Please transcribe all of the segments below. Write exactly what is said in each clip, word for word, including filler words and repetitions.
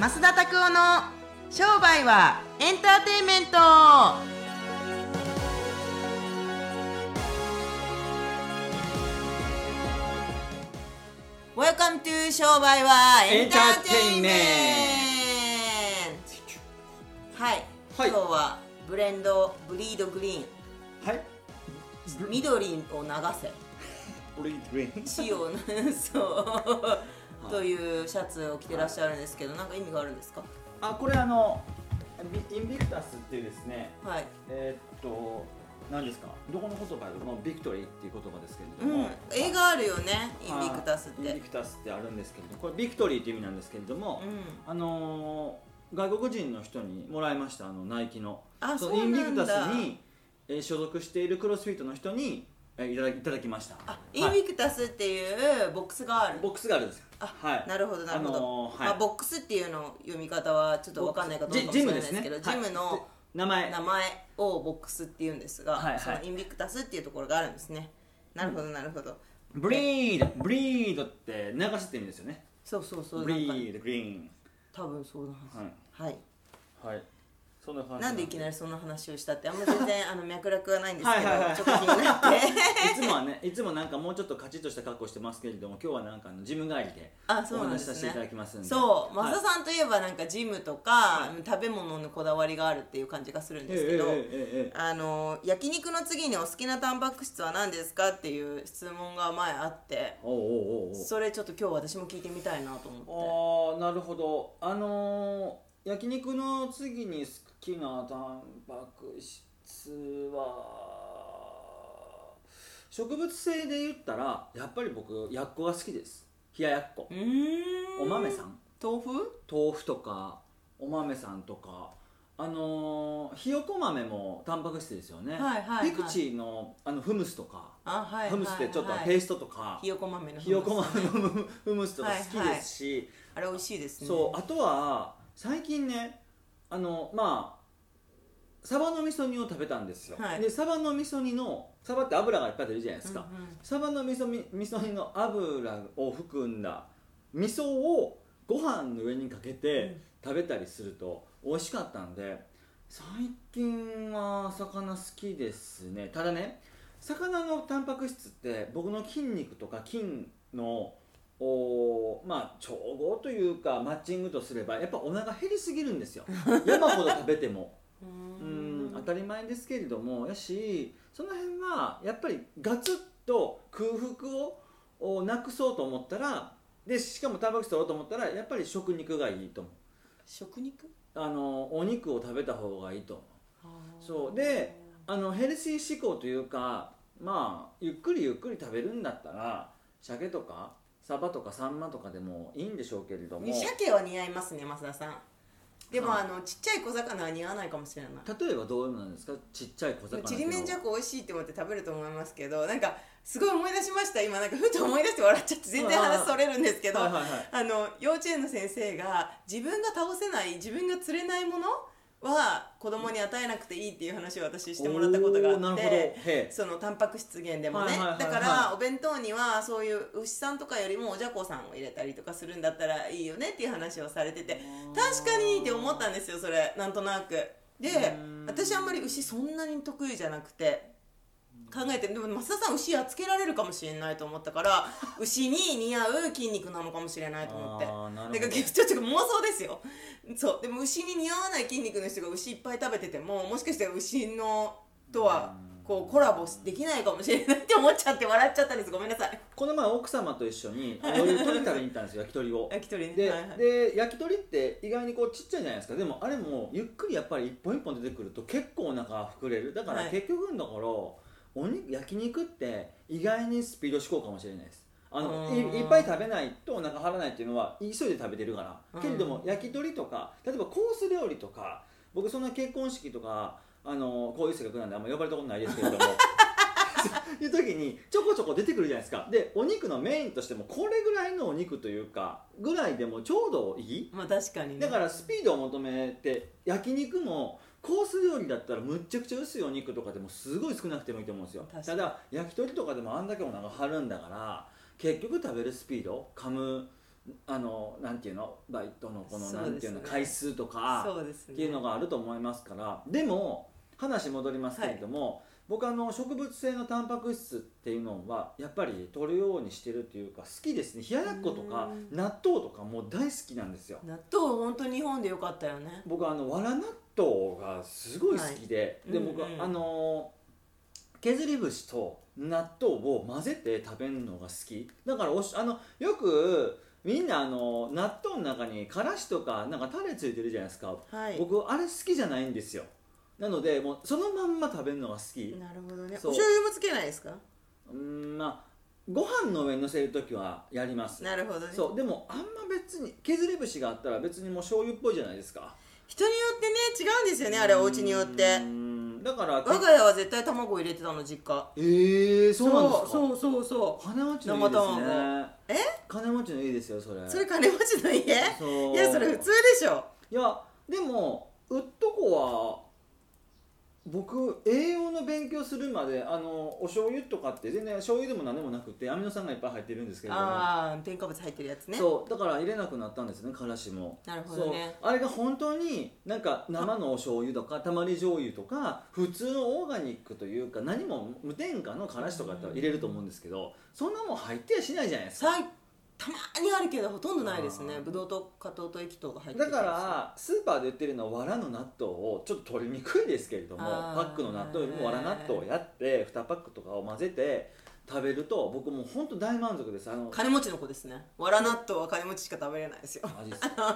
増田拓夫の商売はエンターテインメント。Welcome to 商売はエンターテインメント。はい、はい、今日はブレンドブリードグリーン、はい、緑を流せブリードグリーン血をそうというシャツを着てらっしゃるんですけど、はい、なんか意味があるんですか？ あ、これあのインビクタスっていうですね、 はい、 えー、っと何ですか、どこの言葉でもビクトリーっていう言葉ですけれども、うん、 映画あるよね、インビクタスって。 インビクタスってあるんですけれども、これビクトリーっていう意味なんですけれども、うん、あのー、外国人の人にもらいました、あのナイキの。 あ、 そのインビクタスに、えー、所属しているクロスフィットの人に、えー、いただき、いただきました。 あ、インビクタスっていうボックスがある。 ボックスがあるんですよ。 あ、はい、なるほどなるほど、あのーはい、まあ、ボックスっていうの読み方はちょっと分かんないかどうかもしれないですけど、ジムの名前名前をボックスっていうんですが、はいはい、そのインビクタスっていうところがあるんですね。なるほどなるほど。 ブリードブリードって流すって意味ですよね。 そうそうそう。 ブリードグリーン。 多分そうなんです。はい。 はい。そんな話なんでいきなりそんな話をしたって、あんま全然あの脈絡はないんですけど、はいはい、はい、ちょっと気になっていつもはね、いつもなんかもうちょっとカチッとした格好してますけれども、今日はなんかあのジム帰りでお話しさせていただきますんで。 そう、増田さんといえばなんかジムとか、はい、食べ物のこだわりがあるっていう感じがするんですけど、えーえーえー、あの焼肉の次にお好きなタンパク質は何ですかっていう質問が前あって、おうおうおう、それちょっと今日私も聞いてみたいなと思って。 ああ、なるほど。あのー、焼肉の次に好きなタンパク質は植物性で言ったらやっぱり僕やっこが好きです。冷ややっこ。うーん、お豆さん、 豆腐豆腐とかお豆さんとか、あのー、ひよこ豆もタンパク質ですよね。はいはいはい、ピクチーのあのフムスとか、あ、はいはいはい、フムスってちょっとペーストとか、 ひよこ豆のひよこ豆のフムスとか好きですし、はいはい、 あれ美味しいですね。 そう、あとは最近ね、あのまあサバの味噌煮を食べたんですよ、はい、でサバの味噌煮の、サバって油がいっぱい出るじゃないですか、うんうん、サバの味噌味噌煮の油を含んだ味噌をご飯の上にかけて食べたりすると美味しかったんで、最近は魚好きですね。ただね、魚のタンパク質って僕の筋肉とか筋のおまあ調合というかマッチングとすればやっぱお腹減りすぎるんですよ山ほど食べてもうーん、当たり前ですけれども、やしその辺はやっぱりガツッと空腹をなくそうと思ったら、でしかもタンパク質取ろうと思ったらやっぱり食肉がいいと思う。 食肉？ あのお肉を食べた方がいいと思う。そうで、あのヘルシー思考というか、まあゆっくりゆっくり食べるんだったら鮭とかサバとかサンマとかでもいいんでしょうけれども、 鮭は似合いますね、増田さん。でも、はい、あのちっちゃい小魚は似合わないかもしれない。 例えばどうなんですか、ちっちゃい小魚。 ちりめんじゃこ美味しいって思って食べると思いますけど、なんかすごい思い出しました。今なんかふと思い出して笑っちゃって全然話それるんですけど、はいはいはい、あの幼稚園の先生が自分が倒せない、自分が釣れないものは子供に与えなくていいっていう話を私してもらったことがあって、そのタンパク質源でもね、はいはいはいはい、だからお弁当にはそういう牛さんとかよりもおじゃこさんを入れたりとかするんだったらいいよねっていう話をされてて、確かにって思ったんですよ、それなんとなく。で、私あんまり牛そんなに得意じゃなくて考えて、でも増田さん牛やっつけられるかもしれないと思ったから牛に似合う筋肉なのかもしれないと思って、だからちょっと妄想ですよ。そうでも牛に似合わない筋肉の人が牛いっぱい食べてても、もしかしたら牛のとはこうコラボできないかもしれないって思っちゃって笑っちゃったんです。ごめんなさい。 この前奥様と一緒に鳥食べに行ったんですよ焼き鳥を。 焼き鳥で、 はいはい、 で焼き鳥って意外にこうちっちゃいじゃないですか。でもあれもゆっくりやっぱり一本一本出てくると結構お腹膨れる。だから結局のところ、お肉焼肉って意外にスピード思考かもしれないです。あの い, いっぱい食べないとお腹張らないっていうのは急いで食べてるから。けれども焼き鳥とか例えばコース料理とか、僕そんな結婚式とかあのこういう性格なんであんま呼ばれたことないですけれどもいう時にちょこちょこ出てくるじゃないですか。でお肉のメインとしてもこれぐらいのお肉というかぐらいでもちょうどいい、 まあ確かにね。 だからスピードを求めて焼肉もコース料理だったらむっちゃくちゃ薄いお肉とかでもすごい少なくてもいいと思うんですよ。ただ焼き鳥とかでもあんだけお腹張るんだから結局食べるスピード、噛むあのなんていうのバイトのこのそうですねなんていうの回数とかそうですねっていうのがあると思いますから、でも話戻りますけれども、僕あの植物性のタンパク質っていうのはやっぱり摂るようにしてるっていうか好きですね。冷ややっことか納豆とかもう大好きなんですよ。 納豆本当に日本でよかったよね。 僕あのわら納豆がすごい好きで、 はい、 で僕、 うんうん、 あの削り節と納豆を混ぜて食べるのが好きだから、おしあのよくみんなあの納豆の中にからしとかなんかタレついてるじゃないですか、 はい、 僕あれ好きじゃないんですよ。なのでもうそのまんま食べるのが好き。 なるほどね。お醤油もつけないですか？ うーん、まあご飯の上にのせるときはやります。 なるほどね。 そうでもあんま別に削り節があったら別にもう醤油っぽいじゃないですか。 人によってね違うんですよね、あれお家によって。 だから我が家は絶対卵入れてたの、実家。 えー、そうなんですか。 そうそうそう金持ちの家ですね。 え金持ちの家ですよそれ。 それ金持ちの家？いやそれ普通でしょ。 いやでもうっとこは僕栄養の勉強するまであのお醤油とかって全然醤油でも何でもなくてアミノ酸がいっぱい入ってるんですけれども、 ああ添加物入ってるやつね。 そうだから入れなくなったんですね、からしも。 なるほどね。 そうあれが本当になんか生のお醤油とかたまり醤油とか普通のオーガニックというか何も無添加のからしとかだったら入れると思うんですけど、そんなもん入ってはしないじゃないですか。 たまにあるけどほとんどないですね。ブドウ糖果糖と液糖が入ってる。 だからスーパーで売ってるのはわらの納豆をちょっと取りにくいですけれども、パックの納豆よりもわら納豆をやってにパックとかを混ぜて食べると僕もう本当大満足です。あの金持ちの子ですね。わら納豆は金持ちしか食べれないですよ。 マジですか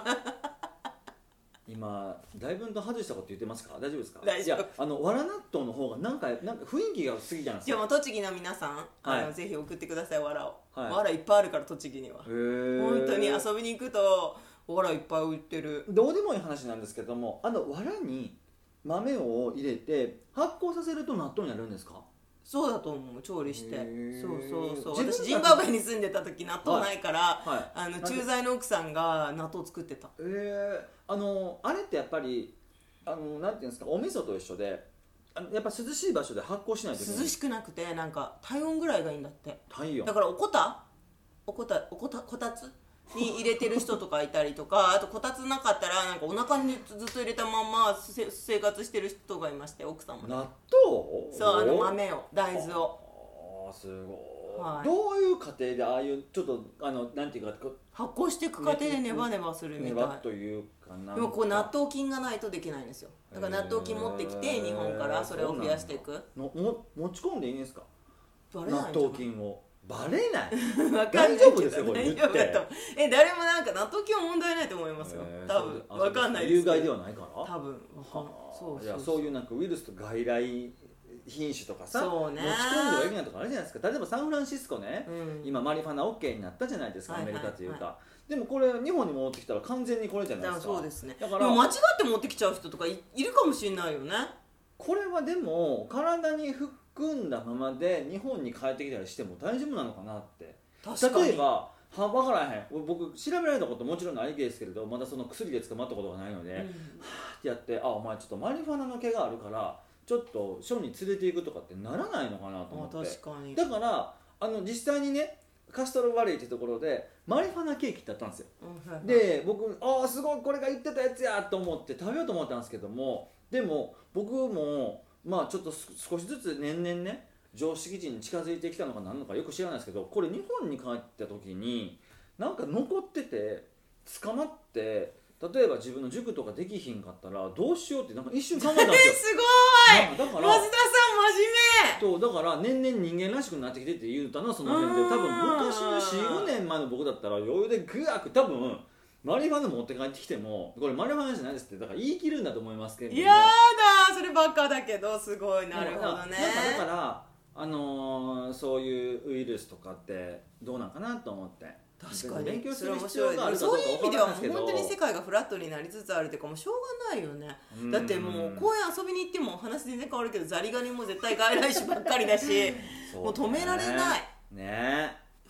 今だいぶと外したこと言ってますか？大丈夫ですか？ 大丈夫。 いやあのわら納豆の方がなんかなんか雰囲気が好きじゃないですか。 じゃあもう栃木の皆さん、 はい、 あのぜひ送ってくださいわらを、 はい、 わらいっぱいあるから栃木には。 へー本当に遊びに行くとわらいっぱい売ってる。 どうでもいい話なんですけども、あのわらに豆を入れて発酵させると納豆になるんですか？ そうだと思う、調理して。そうそうそう。私ジンバブエに住んでた時納豆ないから、 はいはい、 あの駐在の奥さんが納豆作ってた。 えー、あのあれってやっぱりあのなんていうんですか、お味噌と一緒であのやっぱ涼しい場所で発酵しないといけない。 涼しくなくてなんか体温ぐらいがいいんだって。 体温だからおこたおこたおこたこたつに入れてる人とかいたりとかあとこたつなかったらなんかお腹にずっと入れたまんま生活してる人がいまして、奥さんも。 納豆？ そう、あの豆を大豆を。 ああすごい、 はい、 どういう過程でああいうちょっとあのなんていうか発酵していく過程でネバネバするみたい。ネバというかなんかでもこう納豆菌がないとできないんですよ。だから納豆菌持ってきて日本からそれを増やしていく。 のも持ち込んでいいんですか？ バレない納豆菌を。バレない大丈夫ですよこれ言って。 え誰もなんか納豆菌は問題ないと思いますよ。多分分かんないですけど。 有害ではないから。 多分分かんない。そうそうそういうなんかウイルスと外来品種とかさ、 そうね、 持ち込んではいけないとかあるじゃないですか。例えばサンフランシスコね、うん、今マリファナ OK になったじゃないですか、アメリカというか、はいはいはい、でもこれ日本に戻ってきたら完全にこれじゃないですか。 そうですね。 だからでも間違って持ってきちゃう人とか い, いるかもしれないよね。 これはでも体に含んだままで日本に帰ってきたりしても大丈夫なのかなって。 確かに。 例えばは分からへん、僕調べられたこともちろんないですけれど、まだその薬で捕まったことがないので、うん、はーってやってあお前ちょっとマリファナの毛があるからちょっと署に連れていくとかってならないのかなと思って。 確かに。 だからあの実際にねカストロバレーっていうところでマリファナケーキってあったんですよ、うんはいはい、で僕ああすごいこれが言ってたやつやと思って食べようと思ったんですけども、でも僕もまあちょっと少しずつ年々ね常識人に近づいてきたのか何のかよく知らないですけど、これ日本に帰った時になんか残ってて捕まって例えば自分の塾とかできひんかったらどうしようってなんか一瞬考えたんですよすごい。 だから松田さん真面目。 そうだから年々人間らしくなってきてって言うたのはその辺で、多分昔の よんごねんまえの僕だったら余裕でグワーッ多分マリファナ持って帰ってきてもこれマリファナじゃないですってだから言い切るんだと思いますけども、 やだそればっかだけどすごい。なるほどね。 なんかだからあのー、そういうウイルスとかってどうなんかなと思って。 確かに勉強する必要があるかどうかそういう意味では分からないですけど、 本当に世界がフラットになりつつあるっていうかもうしょうがないよね。だってもう公園遊びに行っても話全然変わるけどザリガニも絶対外来種ばっかりだしもう止められないね。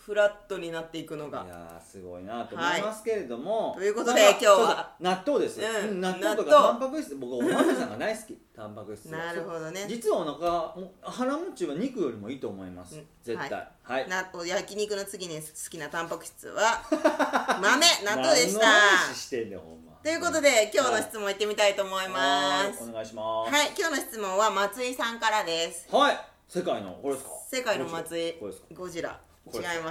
フラットになっていくのが。 いやすごいなと思いますけれども、 はい、ということで、まあ、今日は納豆です、うん、納豆とかタンパク質、僕お豆さんが大好きタンパク質なるほどね。 実はお腹腹持ちは肉よりもいいと思います、うん、絶対、はいはい、 な焼肉の次に好きなタンパク質は豆納豆でした。 何の話してんねんほんま。 ということで今日の質問いってみたいと思います。 お願いします。 はい、今日の質問は松井さんからです。 はい、世界のこれですか。 世界の松井ゴジラ。違います。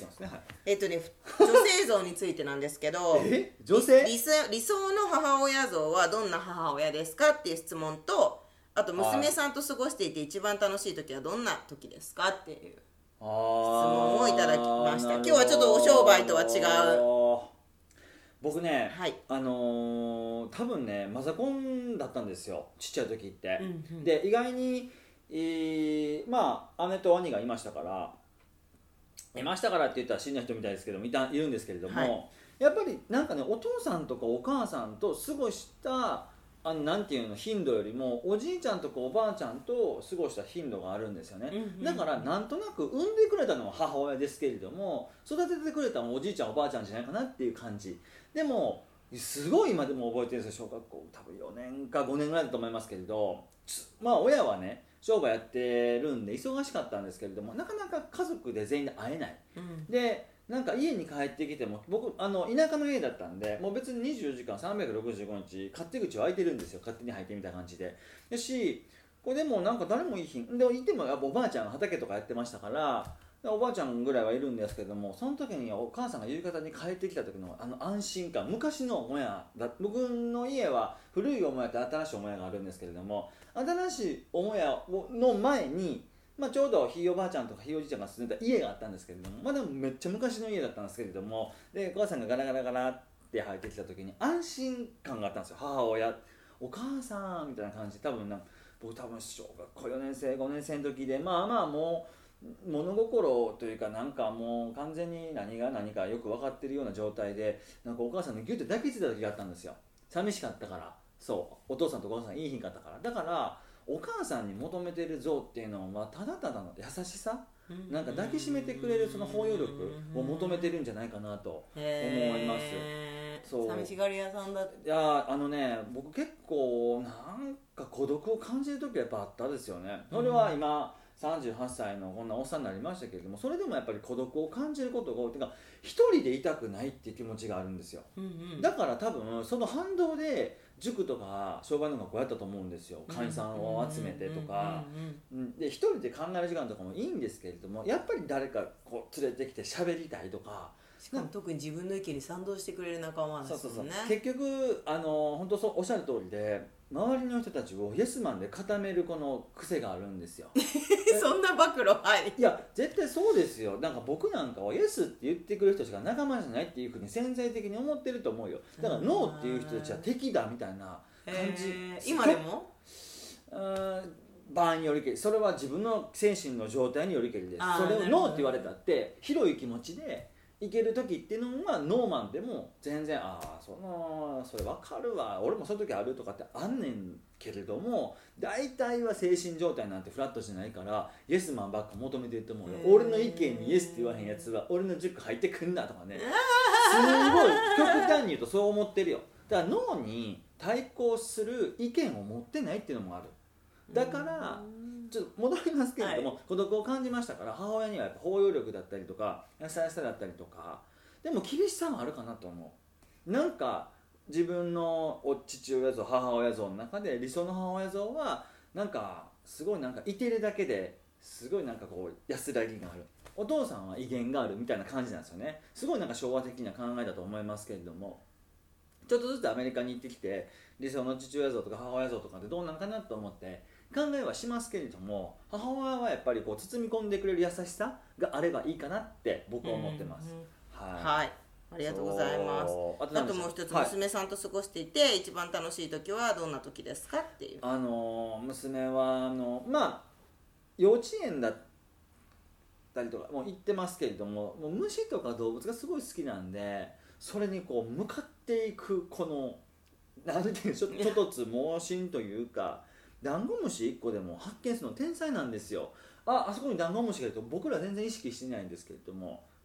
違いますね。はい。 えっとね、女性像についてなんですけど、 え女性理想理想の母親像はどんな母親ですかっていう質問と、あと娘さんと過ごしていて一番楽しい時はどんな時ですかっていう質問をいただきました。今日はちょっとお商売とは違う。 僕ね、 はい、 あのー、多分ねマザコンだったんですよ、ちっちゃい時って、 うんうん、 で意外に、えー、まあ姉と兄がいましたからいましたからって言ったら死んだ人みたいですけどいたいるんですけれども、はい、やっぱりなんかねお父さんとかお母さんと過ごしたあのなんていうの頻度よりもおじいちゃんとかおばあちゃんと過ごした頻度があるんですよね、うんうん、だからなんとなく産んでくれたのは母親ですけれども育ててくれたのはおじいちゃんおばあちゃんじゃないかなっていう感じでもすごい今でも覚えてるんですよ。小学校多分よねんかごねんぐらいだと思いますけれど、まあ親はね商売やってるんで忙しかったんですけれどもなかなか家族で全員で会えない、うん、でなんか家に帰ってきても僕あの田舎の家だったんでもう別ににじゅうよじかんさんびゃくろくじゅうごにち勝手口は開いてるんですよ。勝手に入ってみた感じでよしこれでもなんか誰もいい日でいてもやっぱおばあちゃんが畑とかやってましたからおばあちゃんぐらいはいるんですけどもその時にお母さんが夕方に帰ってきた時のあの安心感昔の母屋だ僕の家は古い母屋と新しい母屋があるんですけれども新しい母屋の前に、まあ、ちょうどひいおばあちゃんとかひいおじいちゃんが住んでた家があったんですけれどもまだめっちゃ昔の家だったんですけれどもでお母さんがガラガラガラって入ってきた時に安心感があったんですよ。母親お母さんみたいな感じで多分な僕多分小学校よねんせいごねんせいの時でまあまあもう物心というかなんかもう完全に何が何かよく分かってるような状態でなんかお母さんのギュッて抱きついた時があったんですよ。寂しかったからそうお父さんとお母さんいい日があったからだからお母さんに求めてる像っていうのはただただの優しさなんか抱きしめてくれるその包容力を求めてるんじゃないかなと思います。 そう寂しがり屋さんだって。 いやあのね僕結構なんか孤独を感じる時はやっぱあったですよね。それは今さんじゅうはっさいのこんなおっさんになりましたけれどもそれでもやっぱり孤独を感じることが多いというか一人でいたくないっていう気持ちがあるんですよ、うんうん、だから多分その反動で塾とか商売の学校やったと思うんですよ。会員さんを集めてとかで一人で考える時間とかもいいんですけれどもやっぱり誰かこう連れてきて喋りたいとかしかも特に自分の意見に賛同してくれる仲間なんですよね。そうそうそう結局あの本当そうおっしゃる通りで周りの人たちをイエスマンで固めるこの癖があるんですよそんな暴露はいいや絶対そうですよ。なんか僕なんかはイエスって言ってくる人しか仲間じゃないっていうふうに潜在的に思ってると思うよ。だからノーっていう人たちは敵だみたいな感じ。 今でもうん場合によりけりそれは自分の精神の状態によりけりです。それをノーって言われたって広い気持ちでいける時っていうのはノーマンでも全然ああそのそれ分かるわ俺もそういう時あるとかってあんねんけれども大体は精神状態なんてフラットじゃないからイエスマンばっか求めてると思うよ。俺の意見にイエスって言わへんやつは俺の塾入ってくんなとかねすごい極端に言うとそう思ってるよ。だから脳に対抗する意見を持ってないっていうのもある。だからちょっと戻りますけれども、はい、孤独を感じましたから母親にはやっぱ包容力だったりとか優しさだったりとかでも厳しさもあるかなと思う。なんか自分の父親像母親像の中で理想の母親像はなんかすごいなんかいてるだけですごいなんかこう安らぎがあるお父さんは威厳があるみたいな感じなんですよね。すごいなんか昭和的な考えだと思いますけれどもちょっとずつアメリカに行ってきて理想の父親像とか母親像とかってどうなんかなと思って考えはしますけれども母親はやっぱりこう包み込んでくれる優しさがあればいいかなって僕は思ってます、うんうん、はい、 はい、ありがとうございます。あと、あともう一つ、はい、娘さんと過ごしていて一番楽しい時はどんな時ですかっていう。 あの娘はあのまあ幼稚園だったりとかもう行ってますけれどももう虫とか動物がすごい好きなんでそれにこう向かっていくこのなんていうちょちょっとつ猛進というかダンゴムシいっこでも発見するの天才なんですよ。ああそこにダンゴムシがいると僕ら全然意識してないんですけれども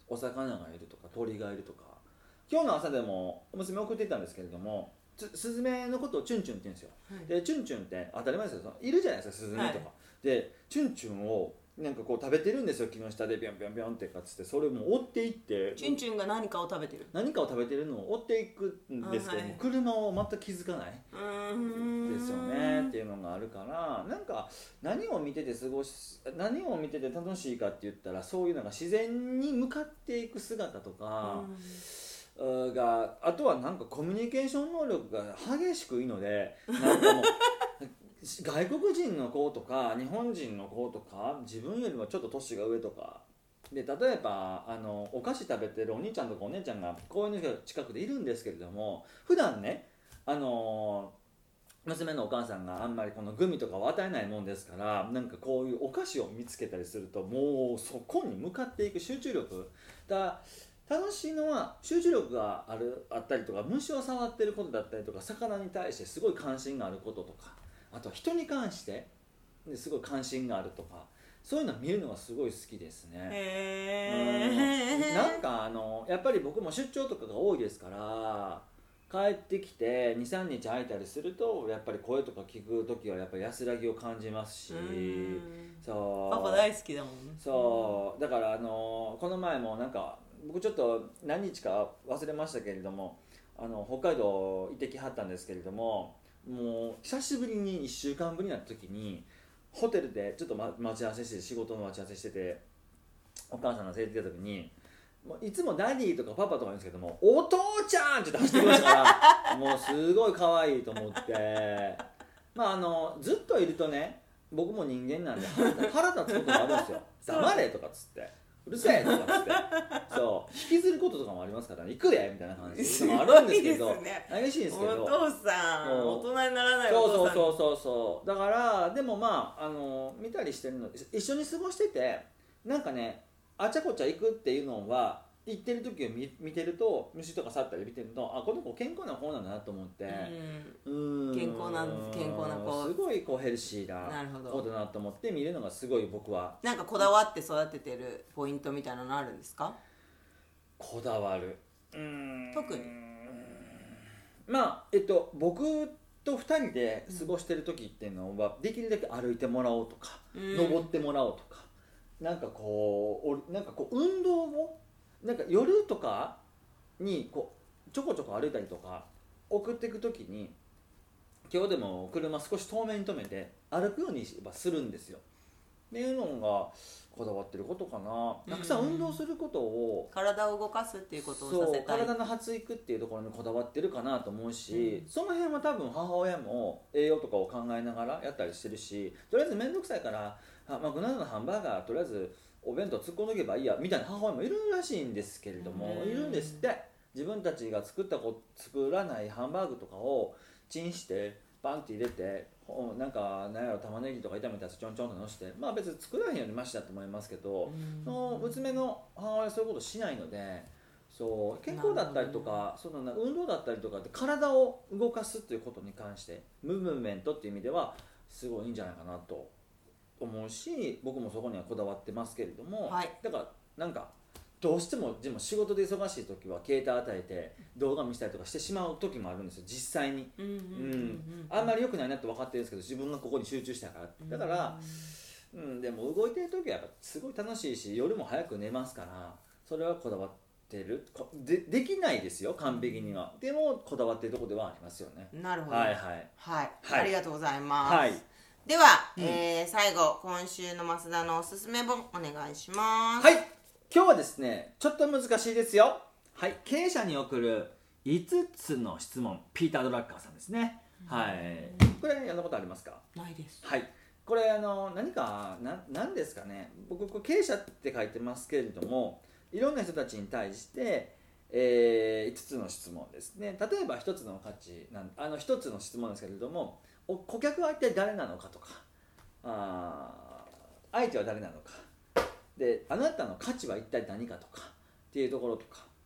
お魚がいるとか鳥がいるとか、今日の朝でも娘送っていったんですけれども、スズメのことをチュンチュンって言うんですよ、はい、でチュンチュンって当たり前ですけどいるじゃないですかスズメとか、はい、でチュンチュンをなんかこう食べてるんですよ、木の下でビョンビョンビョンってかつって、それをもう追っていって、 チュンチュンが何かを食べてる何かを食べてるのを追っていくんですけども、はい、車を全く気づかないですよねっていうのがあるから、なんか何を見てて過ごし何を見てて楽しいかって言ったら、そういうのが自然に向かっていく姿とかが、あとはなんかコミュニケーション能力が激しくいいので、なんかもう外国人の子とか日本人の子とか自分よりもちょっと年が上とかで、例えばあのお菓子食べてるお兄ちゃんとかお姉ちゃんが公園の近くでいるんですけれども、普段ね、あの娘のお母さんがあんまりこのグミとかを与えないもんですから、なんかこういうお菓子を見つけたりすると、もうそこに向かっていく集中力だ。楽しいのは集中力があるあったりとか、虫を触ってることだったりとか、魚に対してすごい関心があることとか、あとは人に関してすごい関心があるとか、そういうのを見るのがすごい好きですね。へー、なんかあのやっぱり僕も出張とかが多いですから、帰ってきて にさんにち空いたりすると、やっぱり声とか聞くときはやっぱり安らぎを感じますし、 そうパパ大好きだもんね。 そうだからあのこの前もなんか僕ちょっと何日か忘れましたけれども、あの北海道行ってきはったんですけれども、もう久しぶりにいっしゅうかんぶりになった時にホテルでちょっと待ち合わせして、仕事の待ち合わせしてて、お母さんが連れてきた時に、もういつもダディとかパパとか言うんですけども、お父ちゃんって言って走ってきましたからもうすごい可愛いと思って、まああのずっといるとね、僕も人間なんで腹立つこともあるんですよ黙れとかっつって、うるせえとかっつってそう引きずることとかもありますからね、行くでみたいな感じもあるんですけど、いいですね、激しいんですけど、 お父さん大人にならないお父さん、そうそうそうそうだから、でもまああの見たりしてるの、一緒に過ごしてて、なんかね、あちゃこちゃ行くっていうのは行ってる時を 見, 見てると、虫とか去ったり見てると、あ、この子健康な方なんだなと思って、 うん、うん健康なん健康な子、 すごいこうヘルシーな子だなと思って見るのがすごい僕は。 なんかこだわって育ててるポイントみたいなのあるんですか？ こだわる、うーん、 特にまあえっと僕とふたりで過ごしてる時っていうのは、できるだけ歩いてもらおうとか、うん、登ってもらおうとか、なんかこうなんかこう運動をなんか夜とかにこうちょこちょこ歩いたりとか送っていく時に、今日でも車少し遠めに止めて歩くようにするんですよっていうのがこだわってることかな。たくさん運動することを、 体を動かすっていうことをさせたい、 そう体の発育っていうところにこだわってるかなと思うし、うん、その辺は多分母親も栄養とかを考えながらやったりしてるし、とりあえず面倒くさいからマクドナルドのハンバーガーとりあえずお弁当突っ込んどけばいいやみたいな母親もいるらしいんですけれども、いるんですって。自分たちが作ったこ作らないハンバーグとかをチンしてバンって入れて、なんか何やろ玉ねぎとか炒めたやつちょんちょんとのして、まあ別に作らへんよりマシだと思いますけど、その娘の母親はそういうことしないので、そう健康だったりとか、その運動だったりとかって体を動かすっていうことに関してムーブメントっていう意味ではすごいいいんじゃないかなと思うし、僕もそこにはこだわってますけれども、はい、だからなんかどうしてもでも仕事で忙しい時は携帯与えて動画見せたりとかしてしまう時もあるんですよ、実際に。あんまり良くないなって分かってるんですけど、自分がここに集中したからだから、うん、でも動いてる時はやっぱすごい楽しいし、夜も早く寝ますから、それはこだわってる で, できないですよ完璧には、でもこだわってるところではありますよね。 なるほど、 はいはい、 はいはい、ありがとうございます、 はい、 では、うんえー、最後今週の増田のおすすめ本お願いします。 はい、今日はですねちょっと難しいですよ。はい、経営者に送るいつつの質問、ピーター・ドラッカーさんですね。はい、これ読んだことありますか？ ないです。 はい、これあの何かな何ですかね、僕これ経営者って書いてますけれども、いろんな人たちに対して、えー、いつつの質問ですね。例えばひとつの価値なんあのひとつの質問ですけれども、顧客は一体誰なのかとか、あ相手は誰なのかで、あなたの価値は一体何かとかっていうところとか、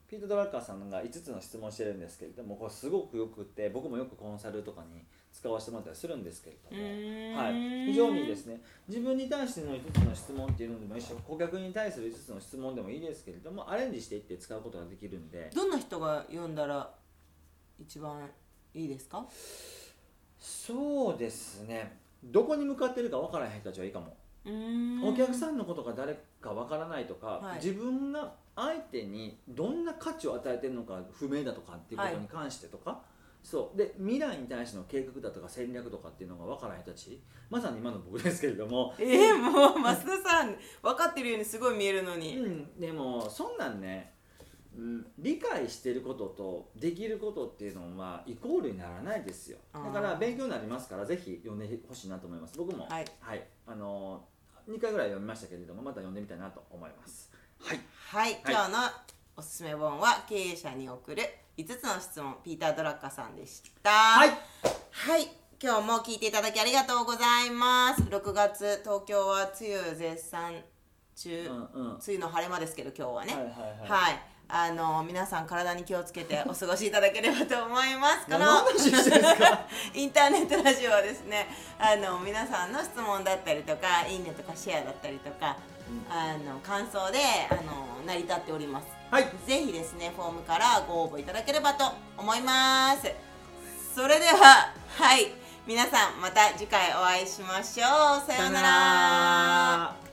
ピート・ドラッカーさんがいつつの質問してるんですけれども、これすごくよくて、僕もよくコンサルとかに使わせてもらったりするんですけれども、はい、非常にいいですね。自分に対してのいつつの質問っていうのでもいいし、顧客に対するいつつの質問でもいいですけれども、アレンジしていって使うことができるんで。 どんな人が読んだら一番いいですか？ そうですね、どこに向かってるか分からへん人たちはいいかも。うーん、お客さんのことが誰か分からないとか、はい、自分が相手にどんな価値を与えてるのか不明だとかっていうことに関してとか、はい、そうで未来に対しての計画だとか戦略とかっていうのが分からない人たち、まさに今の僕ですけれども、 えー、もう増田さん分かってるようにすごい見えるのに、 うん、でもそんなんね、うん、理解してることとできることっていうのはイコールにならないですよ。だから勉強になりますから、ぜひ読んでほしいなと思います。僕も、はいはい、あのにかいぐらい読みましたけれども、また読んでみたいなと思います。はい、 はいはい、今日のおすすめ本は経営者に送るいつつの質問、ピーター・ドラッカーさんでした。はい、はい、今日も聞いていただきありがとうございます。ろくがつ、東京は梅雨絶賛中、うんうん、梅雨の晴れ間ですけど今日はね、はいはいはい、はい、あの皆さん体に気をつけてお過ごしいただければと思います。このインターネットラジオはですね、あの皆さんの質問だったりとか、いいねとかシェアだったりとか、うん、あの感想であの成り立っております。はい、ぜひですねフォームからご応募いただければと思います。それでは、はい、皆さんまた次回お会いしましょう。さようなら。